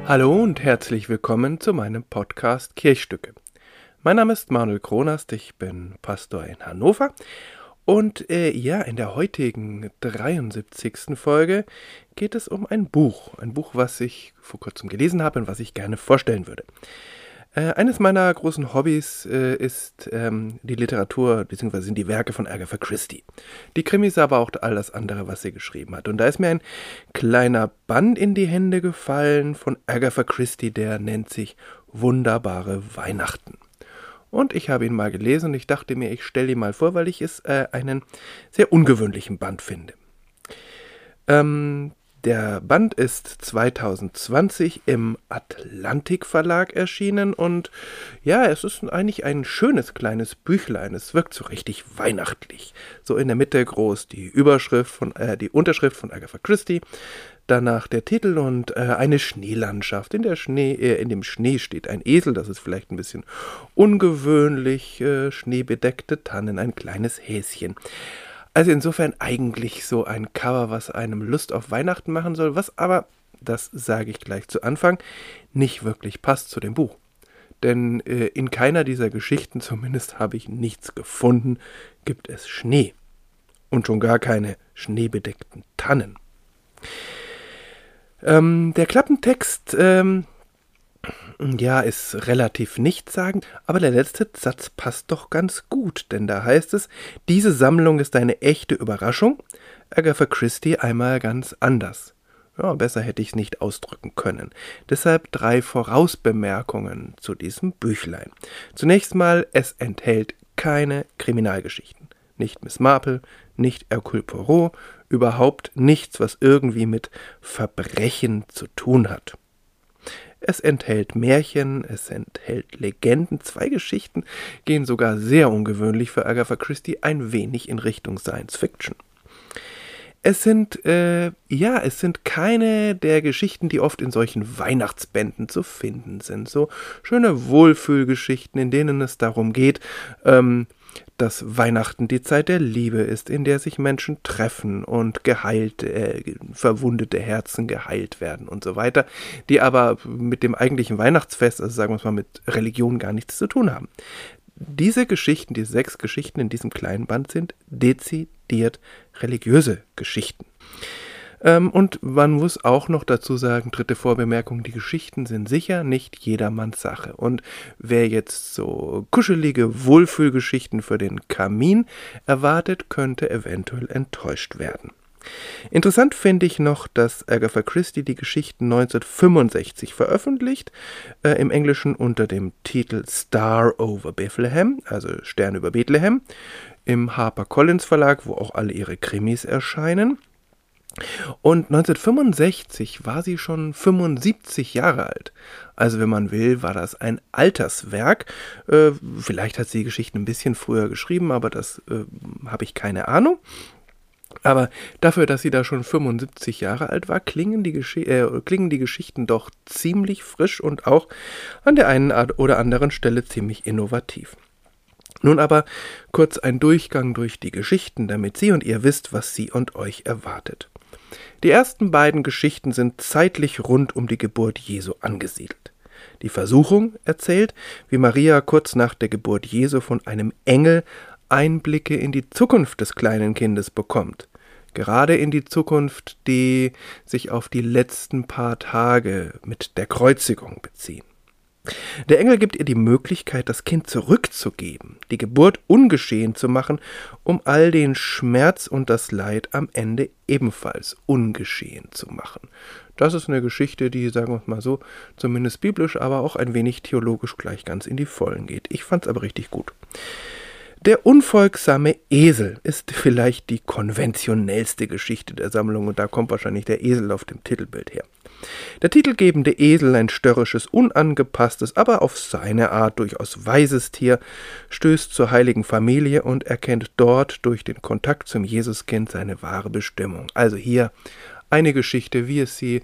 Hallo und herzlich willkommen zu meinem Podcast Kirchstücke. Mein Name ist Manuel Kronast, ich bin Pastor in Hannover und in der heutigen 73. Folge geht es um ein Buch, was ich vor kurzem gelesen habe und was ich gerne vorstellen würde. Eines meiner großen Hobbys ist die Literatur, beziehungsweise sind die Werke von Agatha Christie. Die Krimis, aber auch all das andere, was sie geschrieben hat. Und da ist mir ein kleiner Band in die Hände gefallen von Agatha Christie, der nennt sich Wunderbare Weihnachten. Und ich habe ihn mal gelesen und ich dachte mir, ich stelle ihn mal vor, weil ich es einen sehr ungewöhnlichen Band finde. Der Band ist 2020 im Atlantik Verlag erschienen und ja, es ist eigentlich ein schönes kleines Büchlein. Es wirkt so richtig weihnachtlich. So in der Mitte groß die Unterschrift von Agatha Christie, danach der Titel und eine Schneelandschaft. In dem Schnee steht ein Esel, das ist vielleicht ein bisschen ungewöhnlich, schneebedeckte Tannen, ein kleines Häschen. Also insofern eigentlich so ein Cover, was einem Lust auf Weihnachten machen soll, was aber, das sage ich gleich zu Anfang, nicht wirklich passt zu dem Buch. Denn in keiner dieser Geschichten, zumindest habe ich nichts gefunden, gibt es Schnee. Und schon gar keine schneebedeckten Tannen. Der Klappentext ist relativ nichtssagend, aber der letzte Satz passt doch ganz gut, denn da heißt es, diese Sammlung ist eine echte Überraschung, Agatha Christie einmal ganz anders. Ja, besser hätte ich es nicht ausdrücken können. Deshalb 3 Vorausbemerkungen zu diesem Büchlein. Zunächst mal, es enthält keine Kriminalgeschichten. Nicht Miss Marple, nicht Hercule Poirot, überhaupt nichts, was irgendwie mit Verbrechen zu tun hat. Es enthält Märchen, es enthält Legenden, 2 Geschichten gehen sogar sehr ungewöhnlich für Agatha Christie ein wenig in Richtung Science Fiction. Es sind keine der Geschichten, die oft in solchen Weihnachtsbänden zu finden sind. So schöne Wohlfühlgeschichten, in denen es darum geht, dass Weihnachten die Zeit der Liebe ist, in der sich Menschen treffen und verwundete Herzen geheilt werden und so weiter, die aber mit dem eigentlichen Weihnachtsfest, also sagen wir es mal, mit Religion gar nichts zu tun haben. Diese 6 Geschichten in diesem kleinen Band sind dezidiert religiöse Geschichten. Und man muss auch noch dazu sagen, 3. Vorbemerkung, die Geschichten sind sicher nicht jedermanns Sache. Und wer jetzt so kuschelige Wohlfühlgeschichten für den Kamin erwartet, könnte eventuell enttäuscht werden. Interessant finde ich noch, dass Agatha Christie die Geschichten 1965 veröffentlicht, im Englischen unter dem Titel Star over Bethlehem, also Stern über Bethlehem, im HarperCollins Verlag, wo auch alle ihre Krimis erscheinen. Und 1965 war sie schon 75 Jahre alt. Also wenn man will, war das ein Alterswerk. Vielleicht hat sie die Geschichten ein bisschen früher geschrieben, aber das habe ich keine Ahnung. Aber dafür, dass sie da schon 75 Jahre alt war, klingen die Geschichten doch ziemlich frisch und auch an der einen oder anderen Stelle ziemlich innovativ. Nun aber kurz ein Durchgang durch die Geschichten, damit Sie und ihr wisst, was Sie und euch erwartet. Die ersten beiden Geschichten sind zeitlich rund um die Geburt Jesu angesiedelt. Die Versuchung erzählt, wie Maria kurz nach der Geburt Jesu von einem Engel Einblicke in die Zukunft des kleinen Kindes bekommt. Gerade in die Zukunft, die sich auf die letzten paar Tage mit der Kreuzigung beziehen. Der Engel gibt ihr die Möglichkeit, das Kind zurückzugeben, die Geburt ungeschehen zu machen, um all den Schmerz und das Leid am Ende ebenfalls ungeschehen zu machen. Das ist eine Geschichte, die, sagen wir mal so, zumindest biblisch, aber auch ein wenig theologisch gleich ganz in die Vollen geht. Ich fand's aber richtig gut. Der unfolgsame Esel ist vielleicht die konventionellste Geschichte der Sammlung und da kommt wahrscheinlich der Esel auf dem Titelbild her. Der titelgebende Esel, ein störrisches, unangepasstes, aber auf seine Art durchaus weises Tier, stößt zur heiligen Familie und erkennt dort durch den Kontakt zum Jesuskind seine wahre Bestimmung. Also hier eine Geschichte, wie es sie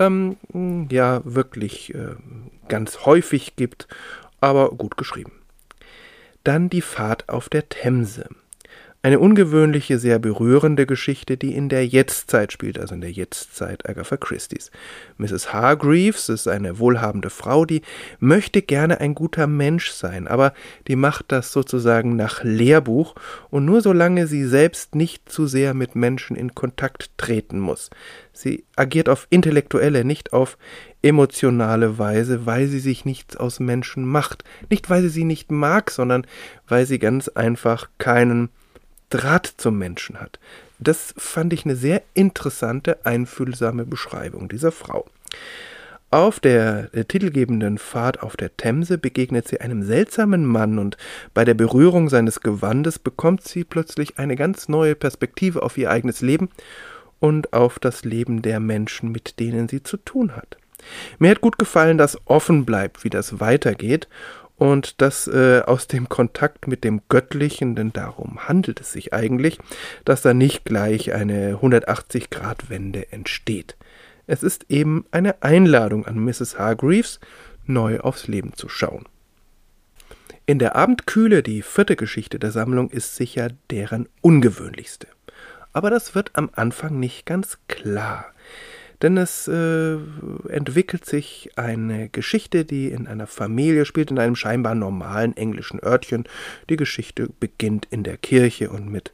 wirklich ganz häufig gibt, aber gut geschrieben. Dann die Fahrt auf der Themse. Eine ungewöhnliche, sehr berührende Geschichte, die in der Jetztzeit spielt, also in der Jetztzeit Agatha Christies. Mrs. Hargreaves ist eine wohlhabende Frau, die möchte gerne ein guter Mensch sein, aber die macht das sozusagen nach Lehrbuch und nur solange sie selbst nicht zu sehr mit Menschen in Kontakt treten muss. Sie agiert auf intellektuelle, nicht auf emotionale Weise, weil sie sich nichts aus Menschen macht. Nicht, weil sie sie nicht mag, sondern weil sie ganz einfach keinen Draht zum Menschen hat. Das fand ich eine sehr interessante, einfühlsame Beschreibung dieser Frau. Auf der titelgebenden Fahrt auf der Themse begegnet sie einem seltsamen Mann und bei der Berührung seines Gewandes bekommt sie plötzlich eine ganz neue Perspektive auf ihr eigenes Leben und auf das Leben der Menschen, mit denen sie zu tun hat. Mir hat gut gefallen, dass offen bleibt, wie das weitergeht und dass aus dem Kontakt mit dem Göttlichen, denn darum handelt es sich eigentlich, dass da nicht gleich eine 180-Grad-Wende entsteht. Es ist eben eine Einladung an Mrs. Hargreaves, neu aufs Leben zu schauen. In der Abendkühle, die 4. Geschichte der Sammlung, ist sicher deren ungewöhnlichste. Aber das wird am Anfang nicht ganz klar. Denn es entwickelt sich eine Geschichte, die in einer Familie spielt, in einem scheinbar normalen englischen Örtchen. Die Geschichte beginnt in der Kirche und mit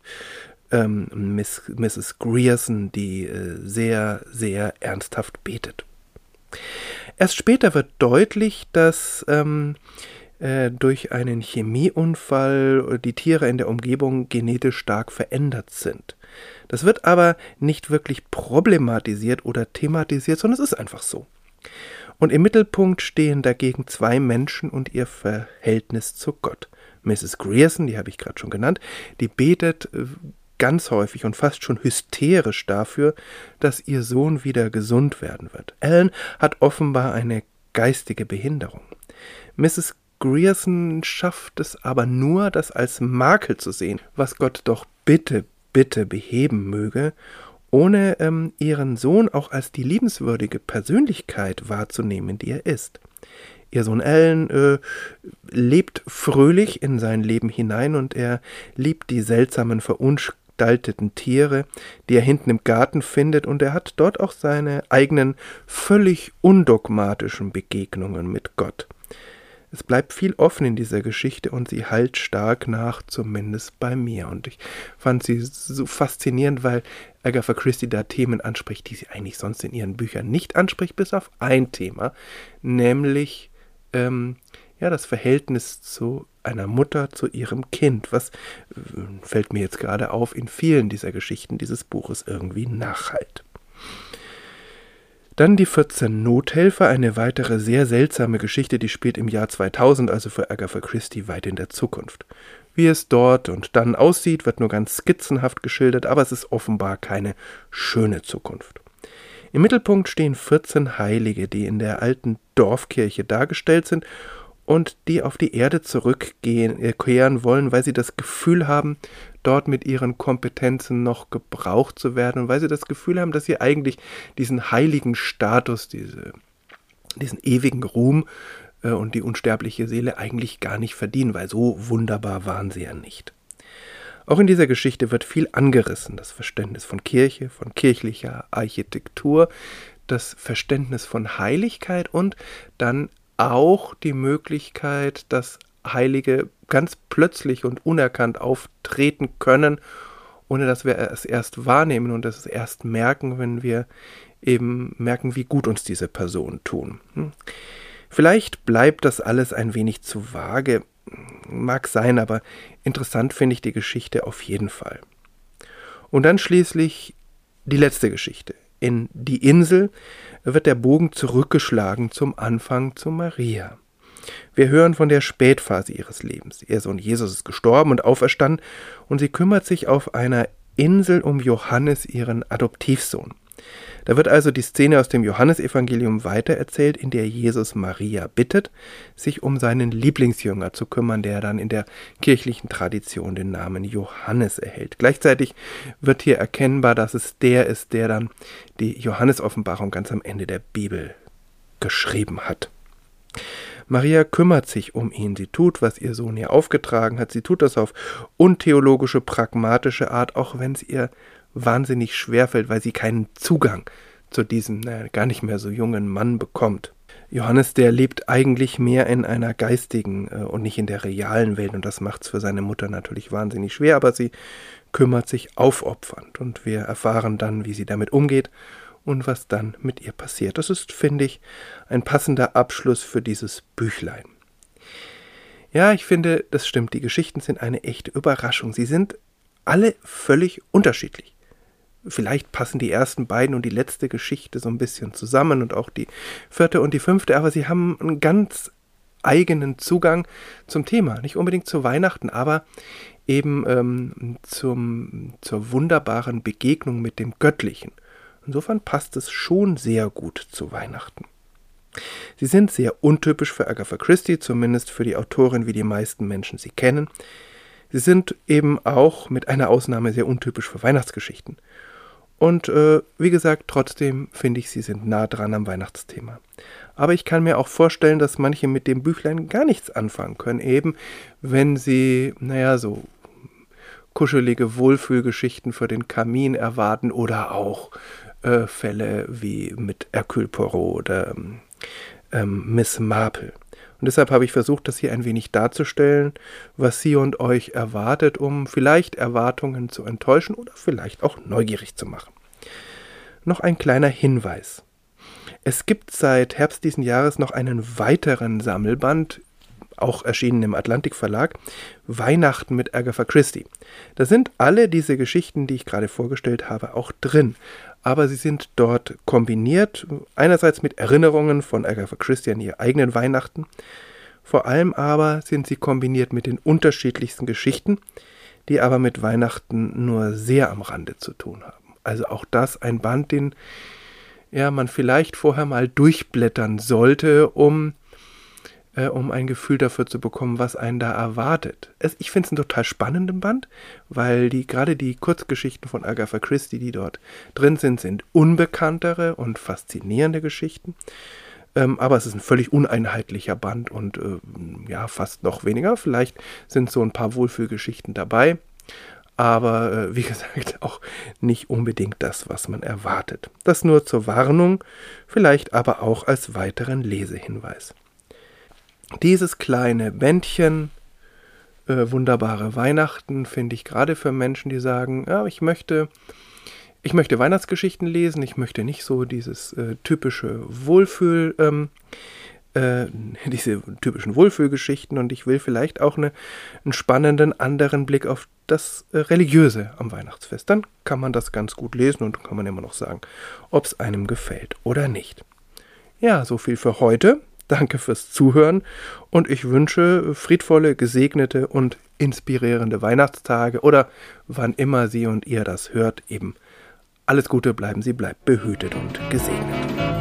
Mrs. Grierson, die sehr, sehr ernsthaft betet. Erst später wird deutlich, dass durch einen Chemieunfall die Tiere in der Umgebung genetisch stark verändert sind. Das wird aber nicht wirklich problematisiert oder thematisiert, sondern es ist einfach so. Und im Mittelpunkt stehen dagegen 2 Menschen und ihr Verhältnis zu Gott. Mrs. Grierson, die habe ich gerade schon genannt, die betet ganz häufig und fast schon hysterisch dafür, dass ihr Sohn wieder gesund werden wird. Ellen hat offenbar eine geistige Behinderung. Mrs. Grierson schafft es aber nur, das als Makel zu sehen, was Gott doch bitte beheben möge, ohne ihren Sohn auch als die liebenswürdige Persönlichkeit wahrzunehmen, die er ist. Ihr Sohn Alan lebt fröhlich in sein Leben hinein und er liebt die seltsamen, verunstalteten Tiere, die er hinten im Garten findet, und er hat dort auch seine eigenen, völlig undogmatischen Begegnungen mit Gott. Es bleibt viel offen in dieser Geschichte und sie hallt stark nach, zumindest bei mir. Und ich fand sie so faszinierend, weil Agatha Christie da Themen anspricht, die sie eigentlich sonst in ihren Büchern nicht anspricht, bis auf ein Thema, nämlich das Verhältnis zu einer Mutter zu ihrem Kind, was fällt mir jetzt gerade auf, in vielen dieser Geschichten dieses Buches irgendwie nachhallt. Dann die 14 Nothelfer, eine weitere sehr seltsame Geschichte, die spielt im Jahr 2000, also für Agatha Christie weit in der Zukunft. Wie es dort und dann aussieht, wird nur ganz skizzenhaft geschildert, aber es ist offenbar keine schöne Zukunft. Im Mittelpunkt stehen 14 Heilige, die in der alten Dorfkirche dargestellt sind und die auf die Erde zurückkehren wollen, weil sie das Gefühl haben, dort mit ihren Kompetenzen noch gebraucht zu werden und weil sie das Gefühl haben, dass sie eigentlich diesen heiligen Status, diesen ewigen Ruhm und die unsterbliche Seele eigentlich gar nicht verdienen, weil so wunderbar waren sie ja nicht. Auch in dieser Geschichte wird viel angerissen, das Verständnis von Kirche, von kirchlicher Architektur, das Verständnis von Heiligkeit und dann auch die Möglichkeit, dass Heilige ganz plötzlich und unerkannt auftreten können, ohne dass wir es erst wahrnehmen und es erst merken, wenn wir eben merken, wie gut uns diese Personen tun. Vielleicht bleibt das alles ein wenig zu vage, mag sein, aber interessant finde ich die Geschichte auf jeden Fall. Und dann schließlich die letzte Geschichte. In Die Insel wird der Bogen zurückgeschlagen zum Anfang zu Maria. Wir hören von der Spätphase ihres Lebens. Ihr Sohn Jesus ist gestorben und auferstanden und sie kümmert sich auf einer Insel um Johannes, ihren Adoptivsohn. Da wird also die Szene aus dem Johannesevangelium weitererzählt, in der Jesus Maria bittet, sich um seinen Lieblingsjünger zu kümmern, der dann in der kirchlichen Tradition den Namen Johannes erhält. Gleichzeitig wird hier erkennbar, dass es der ist, der dann die Johannesoffenbarung ganz am Ende der Bibel geschrieben hat. Maria kümmert sich um ihn. Sie tut, was ihr Sohn ihr aufgetragen hat. Sie tut das auf untheologische, pragmatische Art, auch wenn es ihr wahnsinnig schwerfällt, weil sie keinen Zugang zu diesem gar nicht mehr so jungen Mann bekommt. Johannes, der lebt eigentlich mehr in einer geistigen und nicht in der realen Welt, und das macht es für seine Mutter natürlich wahnsinnig schwer, aber sie kümmert sich aufopfernd und wir erfahren dann, wie sie damit umgeht und was dann mit ihr passiert. Das ist, finde ich, ein passender Abschluss für dieses Büchlein. Ja, ich finde, das stimmt, die Geschichten sind eine echte Überraschung. Sie sind alle völlig unterschiedlich. Vielleicht passen die ersten beiden und die letzte Geschichte so ein bisschen zusammen und auch die vierte und die fünfte, aber sie haben einen ganz eigenen Zugang zum Thema. Nicht unbedingt zu Weihnachten, aber eben zur wunderbaren Begegnung mit dem Göttlichen. Insofern passt es schon sehr gut zu Weihnachten. Sie sind sehr untypisch für Agatha Christie, zumindest für die Autorin, wie die meisten Menschen sie kennen. Sie sind eben auch mit einer Ausnahme sehr untypisch für Weihnachtsgeschichten. Und wie gesagt, trotzdem finde ich, sie sind nah dran am Weihnachtsthema. Aber ich kann mir auch vorstellen, dass manche mit dem Büchlein gar nichts anfangen können, eben wenn sie, so kuschelige Wohlfühlgeschichten für den Kamin erwarten oder auch Fälle wie mit Hercule Poirot oder Miss Marple. Und deshalb habe ich versucht, das hier ein wenig darzustellen, was Sie und euch erwartet, um vielleicht Erwartungen zu enttäuschen oder vielleicht auch neugierig zu machen. Noch ein kleiner Hinweis. Es gibt seit Herbst diesen Jahres noch einen weiteren Sammelband, auch erschienen im Atlantik Verlag, Weihnachten mit Agatha Christie. Da sind alle diese Geschichten, die ich gerade vorgestellt habe, auch drin. Aber sie sind dort kombiniert, einerseits mit Erinnerungen von Agatha Christie an ihre eigenen Weihnachten, vor allem aber sind sie kombiniert mit den unterschiedlichsten Geschichten, die aber mit Weihnachten nur sehr am Rande zu tun haben. Also auch das ein Band, den man vielleicht vorher mal durchblättern sollte, um ein Gefühl dafür zu bekommen, was einen da erwartet. Ich finde es einen total spannenden Band, weil gerade die Kurzgeschichten von Agatha Christie, die dort drin sind unbekanntere und faszinierende Geschichten. Aber es ist ein völlig uneinheitlicher Band und fast noch weniger. Vielleicht sind so ein paar Wohlfühlgeschichten dabei, aber wie gesagt, auch nicht unbedingt das, was man erwartet. Das nur zur Warnung, vielleicht aber auch als weiteren Lesehinweis. Dieses kleine Bändchen, wunderbare Weihnachten, finde ich gerade für Menschen, die sagen, ja, ich möchte Weihnachtsgeschichten lesen, ich möchte nicht so dieses typische diese typischen Wohlfühlgeschichten und ich will vielleicht auch einen spannenden anderen Blick auf das Religiöse am Weihnachtsfest. Dann kann man das ganz gut lesen und kann man immer noch sagen, ob es einem gefällt oder nicht. Ja, so viel für heute. Danke fürs Zuhören und ich wünsche friedvolle, gesegnete und inspirierende Weihnachtstage oder wann immer Sie und ihr das hört, eben alles Gute, bleibt behütet und gesegnet.